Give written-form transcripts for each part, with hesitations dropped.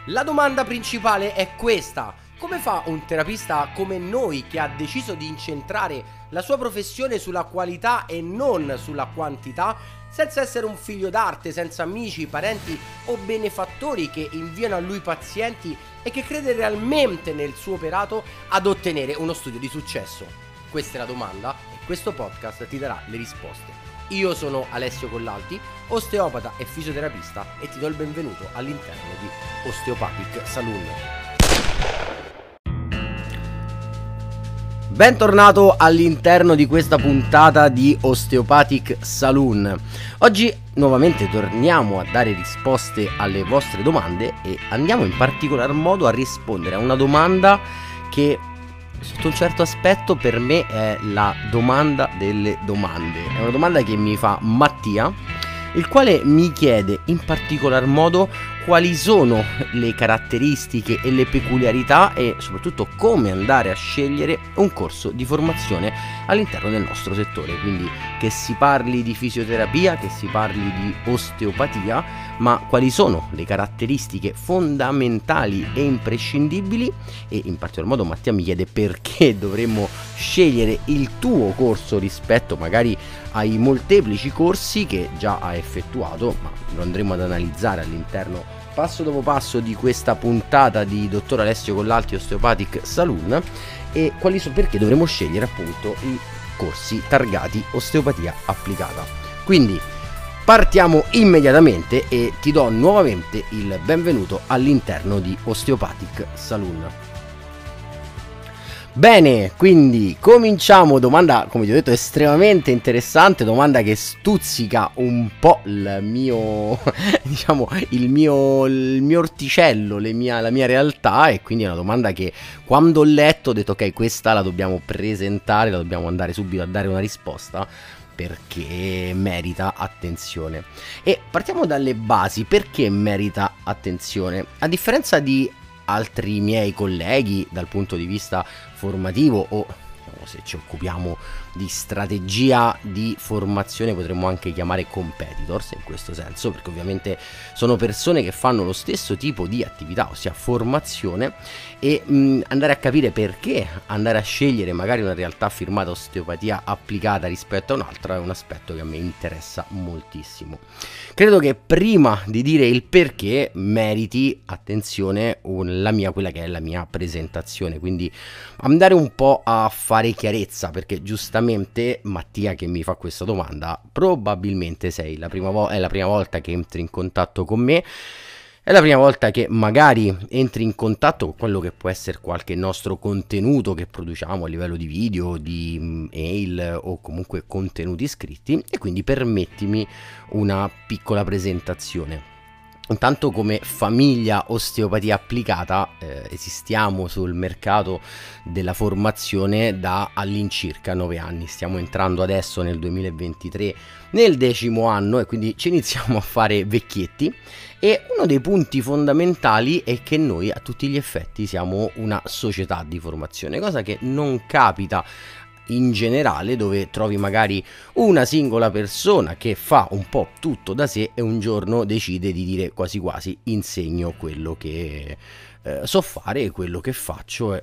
La domanda principale è questa: come fa un terapista come noi, che ha deciso di incentrare la sua professione sulla qualità e non sulla quantità, senza essere un figlio d'arte, senza amici, parenti o benefattori che inviano a lui pazienti, e che crede realmente nel suo operato, ad ottenere uno studio di successo? Questa è la domanda e questo podcast ti darà le risposte. Io sono Alessio Collalti, osteopata e fisioterapista, e ti do il benvenuto all'interno di Osteopathic Saloon. Bentornato all'interno di questa puntata di Osteopathic Saloon. Oggi nuovamente torniamo a dare risposte alle vostre domande e andiamo in particolar modo a rispondere a una domanda che, sotto un certo aspetto, per me è la domanda delle domande. È una domanda che mi fa Mattia, il quale mi chiede in particolar modo quali sono le caratteristiche e le peculiarità e soprattutto come andare a scegliere un corso di formazione all'interno del nostro settore. Quindi che si parli di fisioterapia, che si parli di osteopatia, ma quali sono le caratteristiche fondamentali e imprescindibili, e in particolar modo Mattia mi chiede perché dovremmo scegliere il tuo corso rispetto magari ai molteplici corsi che già hai effettuato, ma lo andremo ad analizzare all'interno passo dopo passo di questa puntata di Dottor Alessio Collalti Osteopathic Saloon, e perché dovremo scegliere appunto i corsi targati osteopatia applicata. Quindi partiamo immediatamente e ti do nuovamente il benvenuto all'interno di Osteopathic Saloon. Bene, quindi cominciamo. Domanda, come ti ho detto, estremamente interessante, domanda che stuzzica un po' il mio diciamo il mio orticello, la mia realtà, e quindi è una domanda che quando ho letto ho detto ok, questa la dobbiamo presentare, la dobbiamo andare subito a dare una risposta, perché merita attenzione. E partiamo dalle basi. Perché merita attenzione? A differenza di altri miei colleghi dal punto di vista formativo, o se ci occupiamo di strategia di formazione potremmo anche chiamare competitors in questo senso, perché ovviamente sono persone che fanno lo stesso tipo di attività, ossia formazione, e andare a capire perché andare a scegliere magari una realtà firmata osteopatia applicata rispetto a un'altra è un aspetto che a me interessa moltissimo. Credo che prima di dire il perché meriti attenzione quella che è la mia presentazione, quindi andare un po' a fare chiarezza, perché giustamente Mattia, che mi fa questa domanda, probabilmente è la prima volta che entri in contatto con me, è la prima volta che magari entri in contatto con quello che può essere qualche nostro contenuto che produciamo a livello di video, di mail o comunque contenuti scritti, e quindi permettimi una piccola presentazione. Intanto, come famiglia osteopatia applicata esistiamo sul mercato della formazione da all'incirca 9 anni. Stiamo entrando adesso nel 2023 nel 10° anno, e quindi ci iniziamo a fare vecchietti. E uno dei punti fondamentali è che noi a tutti gli effetti siamo una società di formazione, cosa che non capita in generale, dove trovi magari una singola persona che fa un po' tutto da sé e un giorno decide di dire quasi quasi insegno quello che so fare, e quello che faccio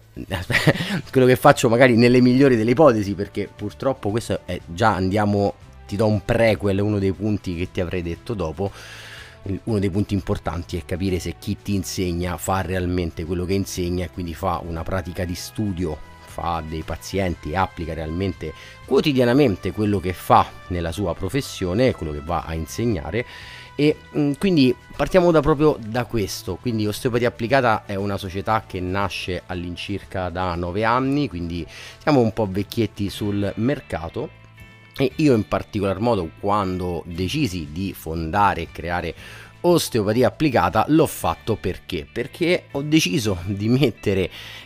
magari nelle migliori delle ipotesi, perché purtroppo questo è già, ti do un prequel, uno dei punti che ti avrei detto dopo. Uno dei punti importanti è capire se chi ti insegna fa realmente quello che insegna, e quindi fa una pratica di studio, fa dei pazienti e applica realmente quotidianamente quello che fa nella sua professione, quello che va a insegnare. E quindi partiamo proprio da questo. Quindi Osteopatia Applicata è una società che nasce all'incirca da 9 anni, quindi siamo un po' vecchietti sul mercato. E io in particolar modo, quando decisi di fondare e creare Osteopatia Applicata, l'ho fatto perché ho deciso di mettere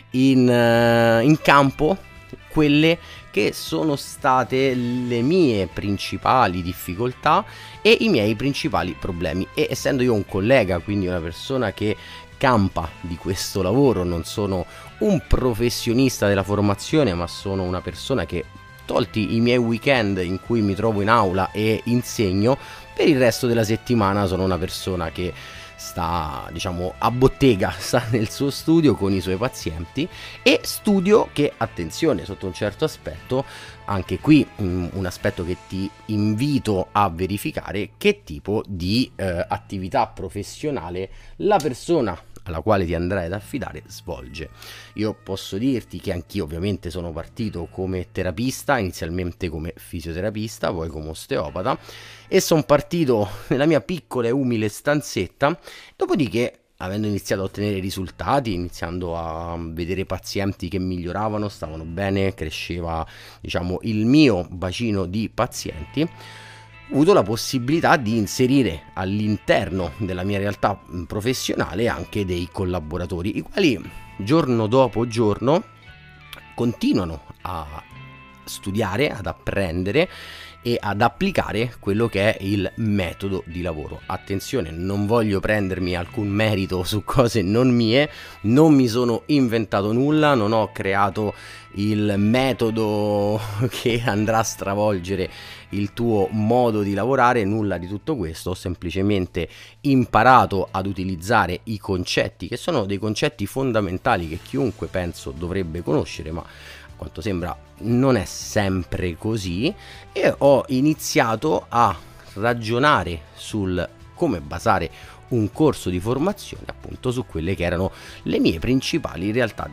in campo quelle che sono state le mie principali difficoltà e i miei principali problemi. E essendo io un collega, quindi una persona che campa di questo lavoro, non sono un professionista della formazione, ma sono una persona che, tolti i miei weekend in cui mi trovo in aula e insegno, per il resto della settimana sono una persona che sta, diciamo, a bottega, sta nel suo studio con i suoi pazienti, e studio che, attenzione, sotto un certo aspetto, anche qui un aspetto che ti invito a verificare, che tipo di attività professionale la persona alla quale ti andrai ad affidare svolge. Io posso dirti che anch'io ovviamente sono partito come terapista, inizialmente come fisioterapista, poi come osteopata, e sono partito nella mia piccola e umile stanzetta. Dopodiché, avendo iniziato a ottenere risultati, iniziando a vedere pazienti che miglioravano, stavano bene, cresceva, diciamo, il mio bacino di pazienti, ho avuto la possibilità di inserire all'interno della mia realtà professionale anche dei collaboratori, i quali giorno dopo giorno continuano a studiare, ad apprendere e ad applicare quello che è il metodo di lavoro. Attenzione, non voglio prendermi alcun merito su cose non mie, non mi sono inventato nulla, non ho creato il metodo che andrà a stravolgere il tuo modo di lavorare, nulla di tutto questo. Ho semplicemente imparato ad utilizzare i concetti, che sono dei concetti fondamentali che chiunque penso dovrebbe conoscere, ma a quanto sembra non è sempre così, e ho iniziato a ragionare sul come basare un corso di formazione appunto su quelle che erano le mie principali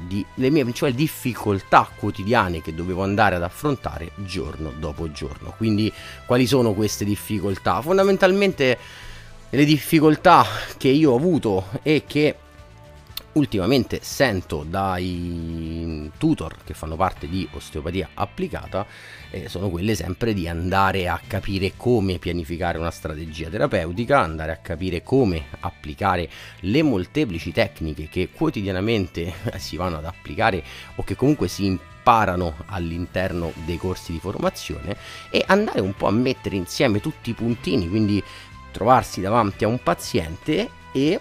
difficoltà quotidiane che dovevo andare ad affrontare giorno dopo giorno. Quindi quali sono queste difficoltà? Fondamentalmente le difficoltà che io ho avuto e che ultimamente sento dai tutor che fanno parte di osteopatia applicata, sono quelle sempre di andare a capire come pianificare una strategia terapeutica, andare a capire come applicare le molteplici tecniche che quotidianamente si vanno ad applicare o che comunque si imparano all'interno dei corsi di formazione, e andare un po' a mettere insieme tutti i puntini, quindi trovarsi davanti a un paziente e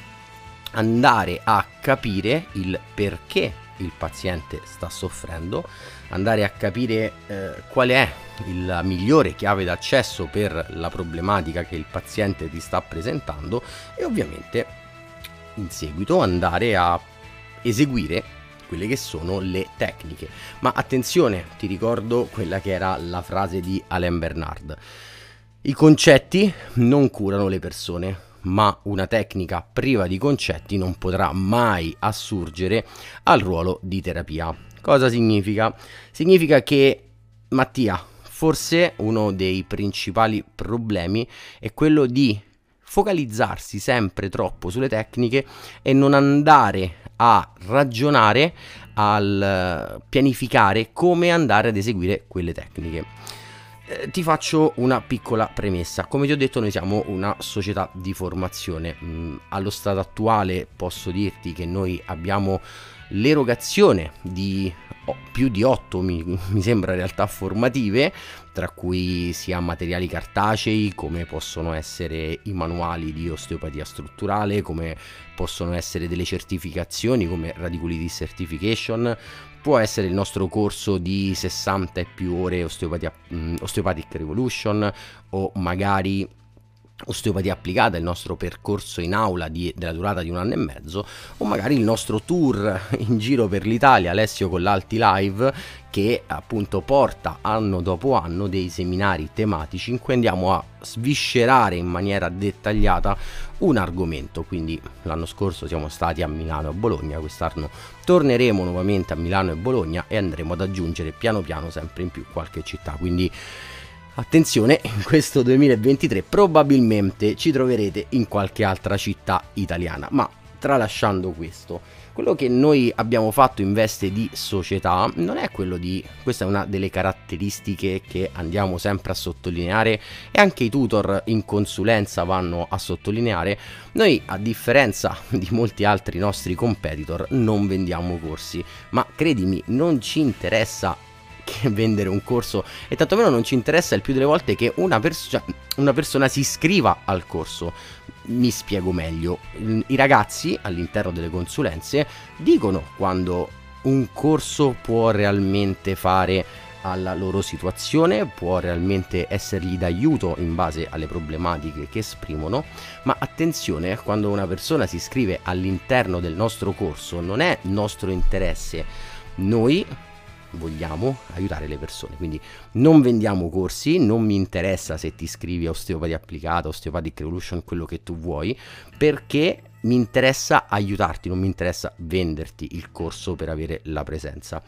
andare a capire il perché il paziente sta soffrendo, andare a capire qual è la migliore chiave d'accesso per la problematica che il paziente ti sta presentando, e ovviamente in seguito andare a eseguire quelle che sono le tecniche. Ma attenzione, ti ricordo quella che era la frase di Alain Bernard: i concetti non curano le persone, ma una tecnica priva di concetti non potrà mai assurgere al ruolo di terapia. Cosa significa? Significa che, Mattia, forse uno dei principali problemi è quello di focalizzarsi sempre troppo sulle tecniche e non andare a ragionare, al pianificare come andare ad eseguire quelle tecniche. Ti faccio una piccola premessa. Come ti ho detto, noi siamo una società di formazione. Allo stato attuale posso dirti che noi abbiamo l'erogazione di più di 8, mi sembra, realtà formative, tra cui sia materiali cartacei, come possono essere i manuali di osteopatia strutturale, come possono essere delle certificazioni come Radiculitis Certification, può essere il nostro corso di 60 e più ore Osteopathic Revolution, o magari osteopatia applicata, il nostro percorso in aula della durata di 1 anno e mezzo, o magari il nostro tour in giro per l'Italia, Alessio Collalti Live, che appunto porta anno dopo anno dei seminari tematici in cui andiamo a sviscerare in maniera dettagliata un argomento. Quindi l'anno scorso siamo stati a Milano e a Bologna, quest'anno torneremo nuovamente a Milano e Bologna e andremo ad aggiungere piano piano sempre in più qualche città. Quindi attenzione, in questo 2023 probabilmente ci troverete in qualche altra città italiana. Ma tralasciando questo, quello che noi abbiamo fatto in veste di società non è quello di... questa è una delle caratteristiche che andiamo sempre a sottolineare e anche i tutor in consulenza vanno a sottolineare. Noi, a differenza di molti altri nostri competitor, non vendiamo corsi, ma credimi, non ci interessa che vendere un corso, e tantomeno non ci interessa il più delle volte che una persona si iscriva al corso. Mi spiego meglio: i ragazzi all'interno delle consulenze dicono quando un corso può realmente fare alla loro situazione, può realmente essergli d'aiuto in base alle problematiche che esprimono, ma attenzione, quando una persona si iscrive all'interno del nostro corso non è nostro interesse, noi vogliamo aiutare le persone, quindi non vendiamo corsi, non mi interessa se ti iscrivi a Osteopatia Applicata, Osteopathic Revolution, quello che tu vuoi, perché mi interessa aiutarti, non mi interessa venderti il corso per avere la presenza.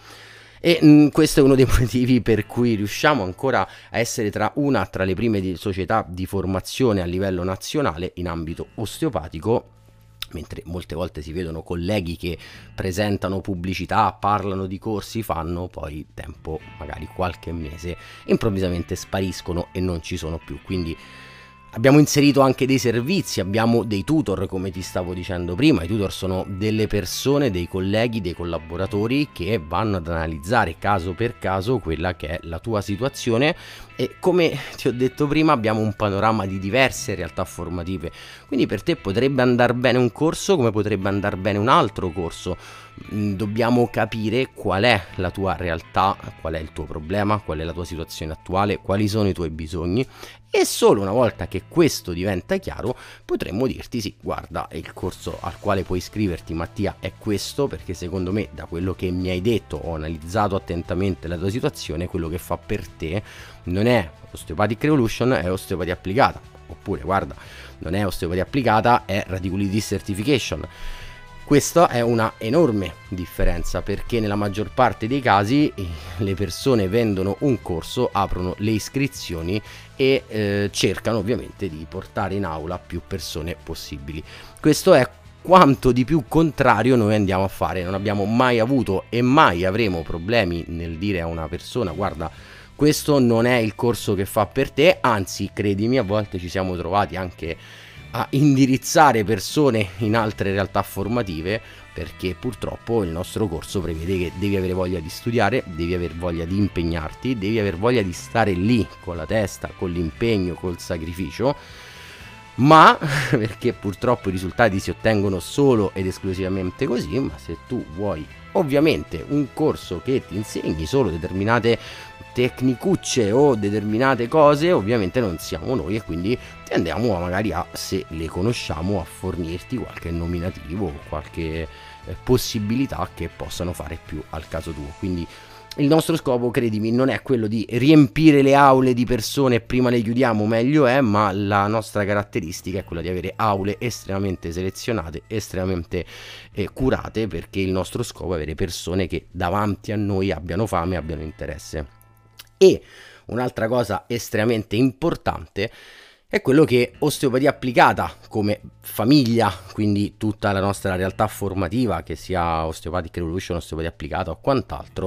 E questo è uno dei motivi per cui riusciamo ancora a essere tra le prime società di formazione a livello nazionale in ambito osteopatico, mentre molte volte si vedono colleghi che presentano pubblicità, parlano di corsi, fanno poi tempo, magari qualche mese, improvvisamente spariscono e non ci sono più. Quindi abbiamo inserito anche dei servizi, abbiamo dei tutor, come ti stavo dicendo prima. I tutor sono delle persone, dei colleghi, dei collaboratori che vanno ad analizzare caso per caso quella che è la tua situazione, e come ti ho detto prima abbiamo un panorama di diverse realtà formative, quindi per te potrebbe andare bene un corso come potrebbe andare bene un altro corso. Dobbiamo capire qual è la tua realtà, qual è il tuo problema, qual è la tua situazione attuale, quali sono i tuoi bisogni, e solo una volta che questo diventa chiaro potremmo dirti sì, guarda, il corso al quale puoi iscriverti, Mattia, è questo, perché secondo me da quello che mi hai detto ho analizzato attentamente la tua situazione, quello che fa per te non è Osteopathic Revolution, è Osteopatia Applicata. Oppure guarda, non è Osteopatia Applicata, è Radiculitis Certification. Questa è una enorme differenza, perché nella maggior parte dei casi le persone vendono un corso, aprono le iscrizioni e cercano ovviamente di portare in aula più persone possibili. Questo è quanto di più contrario noi andiamo a fare. Non abbiamo mai avuto e mai avremo problemi nel dire a una persona guarda, questo non è il corso che fa per te, anzi credimi, a volte ci siamo trovati anche a indirizzare persone in altre realtà formative, perché purtroppo il nostro corso prevede che devi avere voglia di studiare, devi aver voglia di impegnarti, devi aver voglia di stare lì con la testa, con l'impegno, col sacrificio, ma perché purtroppo i risultati si ottengono solo ed esclusivamente così. Ma se tu vuoi ovviamente un corso che ti insegni solo determinate tecnicucce o determinate cose, ovviamente non siamo noi, e quindi tendiamo magari a, se le conosciamo, a fornirti qualche nominativo o qualche possibilità che possano fare più al caso tuo. Quindi il nostro scopo, credimi, non è quello di riempire le aule di persone e prima le chiudiamo meglio è, ma la nostra caratteristica è quella di avere aule estremamente selezionate, estremamente curate, perché il nostro scopo è avere persone che davanti a noi abbiano fame, abbiano interesse. E un'altra cosa estremamente importante è quello che Osteopatia Applicata come famiglia, quindi tutta la nostra realtà formativa, che sia Osteopathic Revolution, Osteopatia Applicata o quant'altro,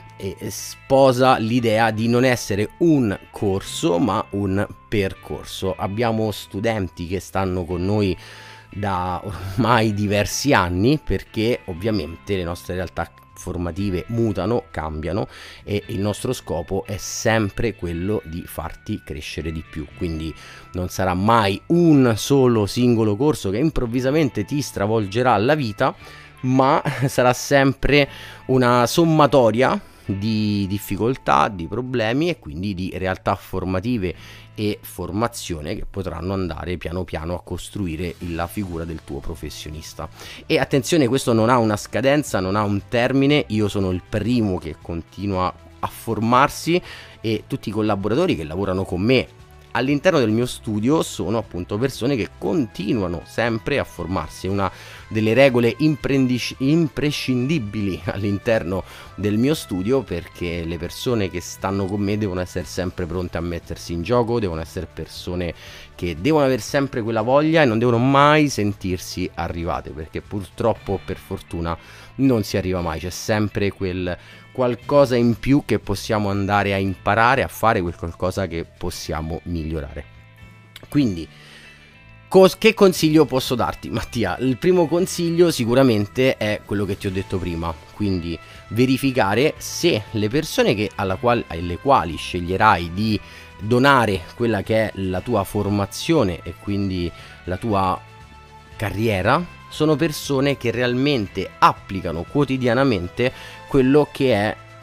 sposa l'idea di non essere un corso ma un percorso. Abbiamo studenti che stanno con noi da ormai diversi anni, perché ovviamente le nostre realtà formative mutano, cambiano, e il nostro scopo è sempre quello di farti crescere di più. Quindi non sarà mai un solo singolo corso che improvvisamente ti stravolgerà la vita, ma sarà sempre una sommatoria di difficoltà, di problemi e quindi di realtà formative e formazione che potranno andare piano piano a costruire la figura del tuo professionista. E attenzione, questo non ha una scadenza, non ha un termine. Io sono il primo che continua a formarsi, e tutti i collaboratori che lavorano con me all'interno del mio studio sono appunto persone che continuano sempre a formarsi. Una delle regole imprescindibili all'interno del mio studio, perché le persone che stanno con me devono essere sempre pronte a mettersi in gioco, devono essere persone che devono avere sempre quella voglia e non devono mai sentirsi arrivate, perché purtroppo, per fortuna, non si arriva mai. C'è sempre quel qualcosa in più che possiamo andare a imparare a fare, quel qualcosa che possiamo migliorare. Quindi che consiglio posso darti, Mattia? Il primo consiglio sicuramente è quello che ti ho detto prima, quindi verificare se le persone alle quali sceglierai di donare quella che è la tua formazione e quindi la tua carriera sono persone che realmente applicano quotidianamente quello che è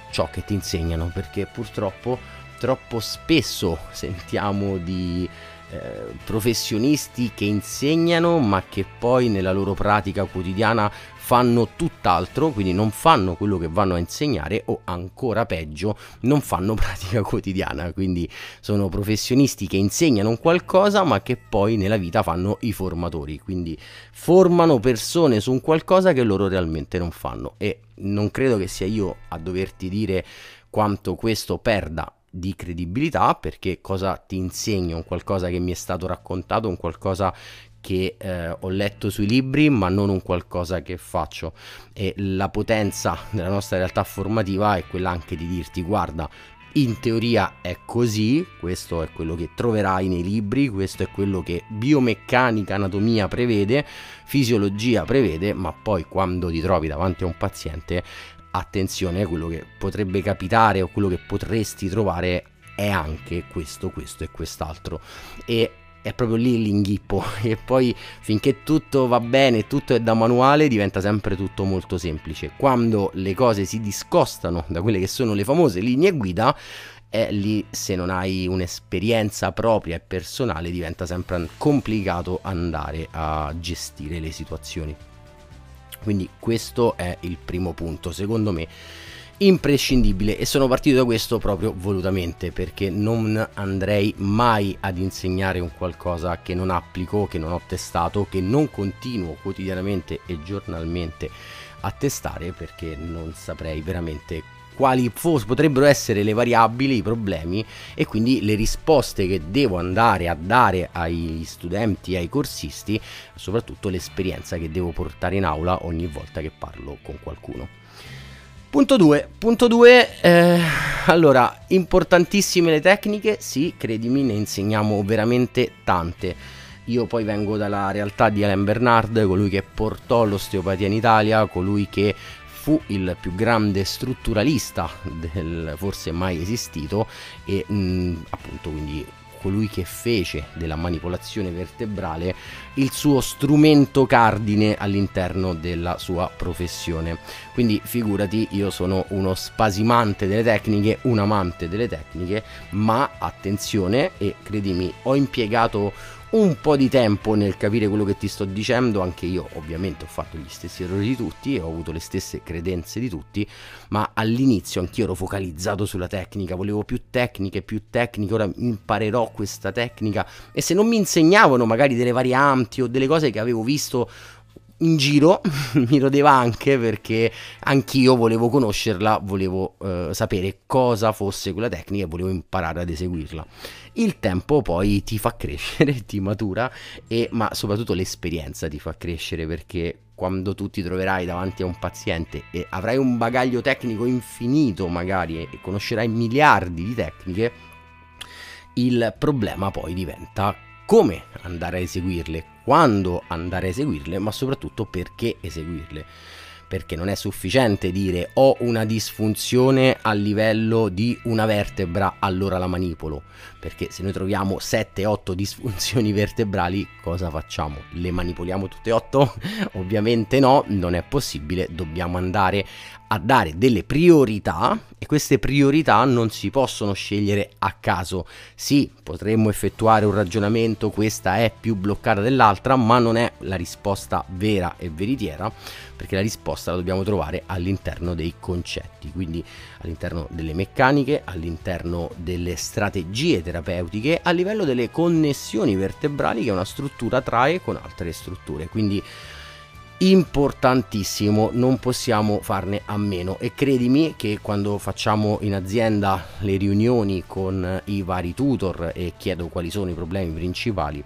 ciò che ti insegnano, perché purtroppo troppo spesso sentiamo di professionisti che insegnano ma che poi nella loro pratica quotidiana fanno tutt'altro, quindi non fanno quello che vanno a insegnare, o ancora peggio non fanno pratica quotidiana, quindi sono professionisti che insegnano un qualcosa ma che poi nella vita fanno i formatori, quindi formano persone su un qualcosa che loro realmente non fanno. E non credo che sia io a doverti dire quanto questo perda di credibilità, perché cosa ti insegno? Un qualcosa che mi è stato raccontato, un qualcosa che ho letto sui libri, ma non un qualcosa che faccio. E la potenza della nostra realtà formativa è quella anche di dirti: guarda, in teoria è così, questo è quello che troverai nei libri, questo è quello che biomeccanica, anatomia prevede, fisiologia prevede, ma poi quando ti trovi davanti a un paziente, attenzione, quello che potrebbe capitare o quello che potresti trovare è anche questo e quest'altro. E è proprio lì l'inghippo, e poi finché tutto va bene, tutto è da manuale, diventa sempre tutto molto semplice. Quando le cose si discostano da quelle che sono le famose linee guida, è lì, se non hai un'esperienza propria e personale, diventa sempre complicato andare a gestire le situazioni. Quindi questo è il primo punto, secondo me imprescindibile, e sono partito da questo proprio volutamente, perché non andrei mai ad insegnare un qualcosa che non applico, che non ho testato, che non continuo quotidianamente e giornalmente a testare, perché non saprei veramente quali potrebbero essere le variabili, i problemi, e quindi le risposte che devo andare a dare agli studenti, ai corsisti, soprattutto l'esperienza che devo portare in aula ogni volta che parlo con qualcuno. Punto 2, allora, importantissime le tecniche, sì, credimi, ne insegniamo veramente tante. Io poi vengo dalla realtà di Alain Bernard, colui che portò l'osteopatia in Italia, colui che fu il più grande strutturalista forse mai esistito, e appunto quindi colui che fece della manipolazione vertebrale il suo strumento cardine all'interno della sua professione. Quindi figurati, io sono uno spasimante delle tecniche, un amante delle tecniche, ma attenzione, e credimi, ho impiegato un po' di tempo nel capire quello che ti sto dicendo. Anche io ovviamente ho fatto gli stessi errori di tutti e ho avuto le stesse credenze di tutti, ma all'inizio anch'io ero focalizzato sulla tecnica, volevo più tecniche, ora imparerò questa tecnica, e se non mi insegnavano magari delle varianti o delle cose che avevo visto in giro mi rodeva anche, perché anch'io volevo conoscerla, volevo sapere cosa fosse quella tecnica e volevo imparare ad eseguirla. Il tempo poi ti fa crescere, ti matura, ma soprattutto l'esperienza ti fa crescere, perché quando tu ti troverai davanti a un paziente e avrai un bagaglio tecnico infinito magari e conoscerai miliardi di tecniche, il problema poi diventa come andare a eseguirle, quando andare a eseguirle, ma soprattutto perché eseguirle. Perché non è sufficiente dire ho una disfunzione a livello di una vertebra, allora la manipolo, perché se noi troviamo 7-8 disfunzioni vertebrali, cosa facciamo? Le manipoliamo tutte e 8? Ovviamente no, non è possibile, dobbiamo andare a dare delle priorità, e queste priorità non si possono scegliere a caso. Sì, potremmo effettuare un ragionamento, questa è più bloccata dell'altra, ma non è la risposta vera e veritiera, perché la risposta la dobbiamo trovare all'interno dei concetti, quindi all'interno delle meccaniche, all'interno delle strategie terapeutiche, a livello delle connessioni vertebrali che una struttura trae con altre strutture. Quindi importantissimo, non possiamo farne a meno. E credimi che quando facciamo in azienda le riunioni con i vari tutor e chiedo quali sono i problemi principali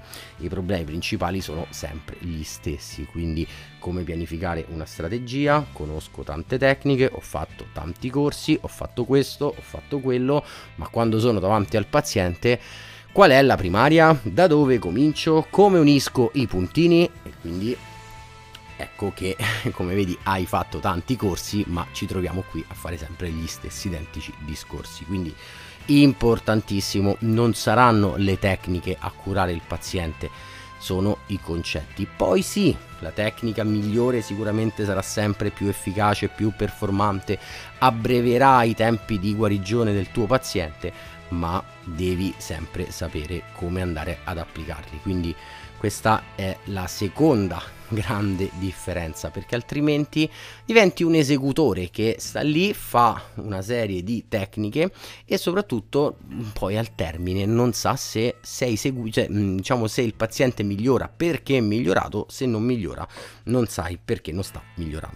sono sempre gli stessi. Quindi come pianificare una strategia, conosco tante tecniche, ho fatto tanti corsi, ho fatto questo, ho fatto quello, ma quando sono davanti al paziente, qual è la primaria? Da dove comincio? Come unisco i puntini? E quindi ecco che, come vedi, hai fatto tanti corsi, ma ci troviamo qui a fare sempre gli stessi identici discorsi. Quindi importantissimo, non saranno le tecniche a curare il paziente, sono i concetti. Poi sì, la tecnica migliore sicuramente sarà sempre più efficace, più performante, abbreverà i tempi di guarigione del tuo paziente, ma devi sempre sapere come andare ad applicarli. Quindi questa è la seconda grande differenza, perché altrimenti diventi un esecutore che sta lì, fa una serie di tecniche e soprattutto poi al termine non sa se sei diciamo, se il paziente migliora perché è migliorato, se non migliora non sai perché non sta migliorando.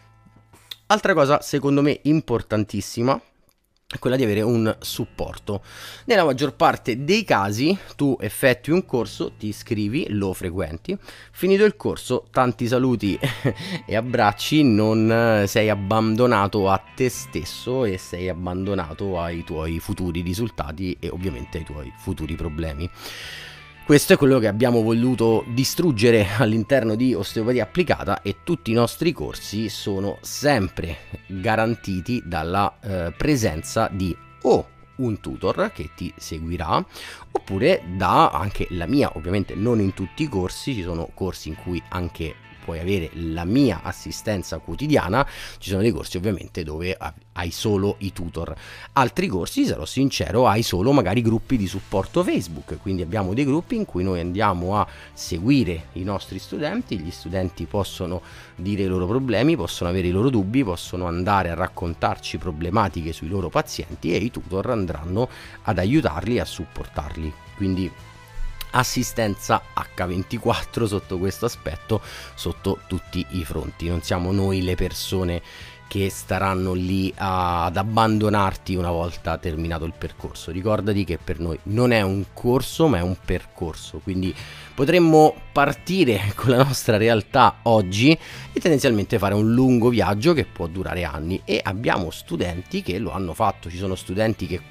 Altra cosa secondo me importantissima è quella di avere un supporto. Nella maggior parte dei casi tu effettui un corso, ti iscrivi, lo frequenti, finito il corso tanti saluti e abbracci, non sei abbandonato a te stesso e sei abbandonato ai tuoi futuri risultati e ovviamente ai tuoi futuri problemi. Questo è quello che abbiamo voluto distruggere all'interno di Osteopatia Applicata, e tutti i nostri corsi sono sempre garantiti dalla presenza di o un tutor che ti seguirà, oppure da anche la mia, ovviamente non in tutti i corsi, ci sono corsi in cui anche puoi avere la mia assistenza quotidiana, ci sono dei corsi ovviamente dove hai solo i tutor, altri corsi, sarò sincero, hai solo magari gruppi di supporto Facebook, quindi abbiamo dei gruppi in cui noi andiamo a seguire i nostri studenti, gli studenti possono dire i loro problemi, possono avere i loro dubbi, possono andare a raccontarci problematiche sui loro pazienti e i tutor andranno ad aiutarli, a supportarli. Quindi assistenza H24 sotto questo aspetto, sotto tutti i fronti. Non siamo noi le persone che staranno lì ad abbandonarti una volta terminato il percorso. Ricordati che per noi non è un corso ma è un percorso, quindi potremmo partire con la nostra realtà oggi e tendenzialmente fare un lungo viaggio che può durare anni, e abbiamo studenti che lo hanno fatto. Ci sono studenti che,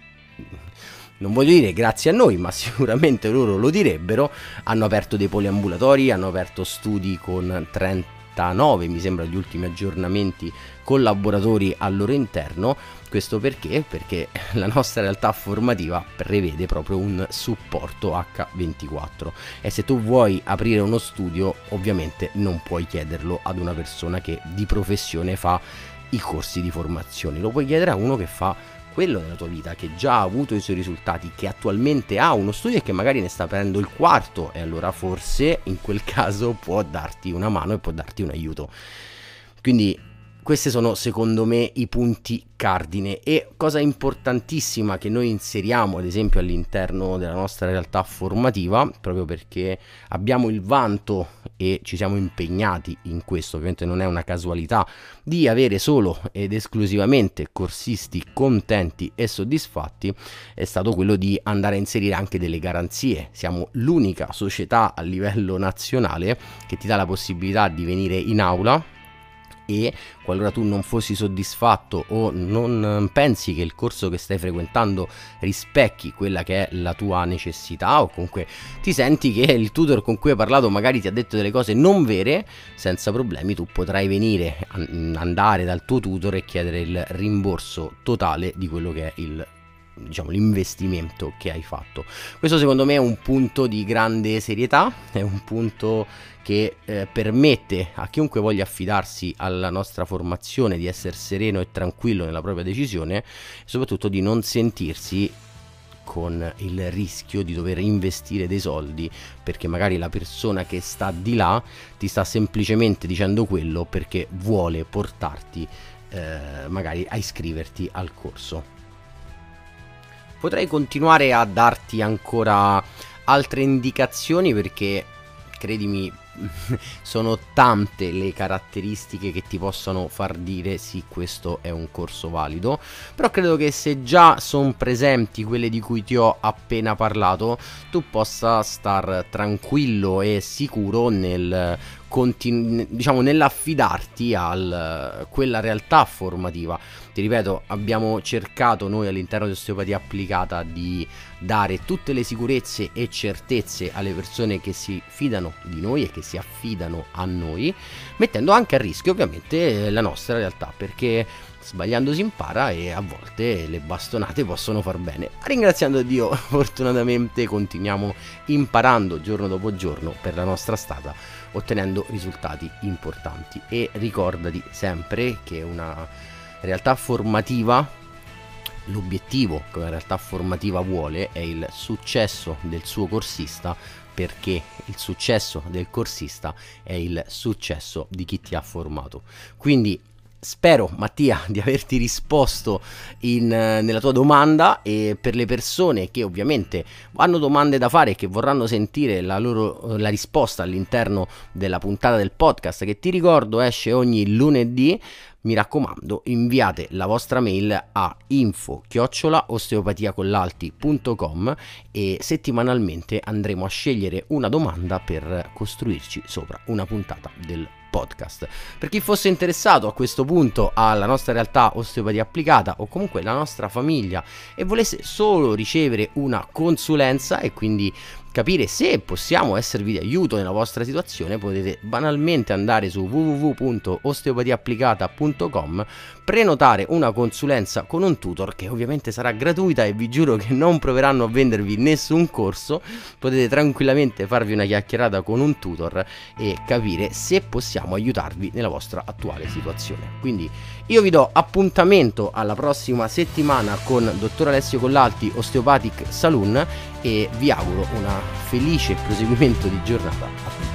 non voglio dire grazie a noi, ma sicuramente loro lo direbbero, hanno aperto dei poliambulatori, hanno aperto studi con 39, mi sembra, gli ultimi aggiornamenti, collaboratori al loro interno. Questo perché? Perché la nostra realtà formativa prevede proprio un supporto H24, e se tu vuoi aprire uno studio ovviamente non puoi chiederlo ad una persona che di professione fa i corsi di formazione, lo puoi chiedere a uno che fa quello nella tua vita, che già ha avuto i suoi risultati, che attualmente ha uno studio e che magari ne sta prendendo il quarto, e allora forse in quel caso può darti una mano e può darti un aiuto. Quindi questi sono secondo me i punti cardine. E cosa importantissima che noi inseriamo ad esempio all'interno della nostra realtà formativa, proprio perché abbiamo il vanto e ci siamo impegnati in questo, ovviamente non è una casualità, di avere solo ed esclusivamente corsisti contenti e soddisfatti, è stato quello di andare a inserire anche delle garanzie. Siamo l'unica società a livello nazionale che ti dà la possibilità di venire in aula, e qualora tu non fossi soddisfatto o non pensi che il corso che stai frequentando rispecchi quella che è la tua necessità, o comunque ti senti che il tutor con cui hai parlato magari ti ha detto delle cose non vere, senza problemi tu potrai venire, andare dal tuo tutor e chiedere il rimborso totale di quello che è l'investimento che hai fatto. Questo secondo me è un punto di grande serietà, è un punto che permette a chiunque voglia affidarsi alla nostra formazione di essere sereno e tranquillo nella propria decisione, e soprattutto di non sentirsi con il rischio di dover investire dei soldi perché magari la persona che sta di là ti sta semplicemente dicendo quello perché vuole portarti magari a iscriverti al corso. Potrei continuare a darti ancora altre indicazioni, perché credimi sono tante le caratteristiche che ti possono far dire sì, questo è un corso valido, però credo che se già sono presenti quelle di cui ti ho appena parlato, tu possa star tranquillo e sicuro nel diciamo nell'affidarti a quella realtà formativa. Ti ripeto, abbiamo cercato noi all'interno di Osteopatia Applicata di dare tutte le sicurezze e certezze alle persone che si fidano di noi e che si affidano a noi, mettendo anche a rischio ovviamente la nostra realtà, perché sbagliando si impara e a volte le bastonate possono far bene. Ringraziando Dio, fortunatamente continuiamo imparando giorno dopo giorno per la nostra strada, ottenendo risultati importanti. E ricordati sempre che una realtà formativa, l'obiettivo che una realtà formativa vuole è il successo del suo corsista, perché il successo del corsista è il successo di chi ti ha formato. Quindi spero, Mattia, di averti risposto nella tua domanda, e per le persone che ovviamente hanno domande da fare e che vorranno sentire la risposta all'interno della puntata del podcast, che ti ricordo esce ogni lunedì, mi raccomando, inviate la vostra mail a info@osteopatiacollalti.com e settimanalmente andremo a scegliere una domanda per costruirci sopra una puntata del podcast. Per chi fosse interessato a questo punto alla nostra realtà Osteopatia Applicata, o comunque la nostra famiglia, e volesse solo ricevere una consulenza e quindi capire se possiamo esservi di aiuto nella vostra situazione, potete banalmente andare su www.osteopatiapplicata.com, prenotare una consulenza con un tutor che ovviamente sarà gratuita e vi giuro che non proveranno a vendervi nessun corso. Potete tranquillamente farvi una chiacchierata con un tutor e capire se possiamo aiutarvi nella vostra attuale situazione. Quindi io vi do appuntamento alla prossima settimana con Dottor Alessio Collalti, Osteopathic Saloon, e vi auguro una felice proseguimento di giornata a tutti.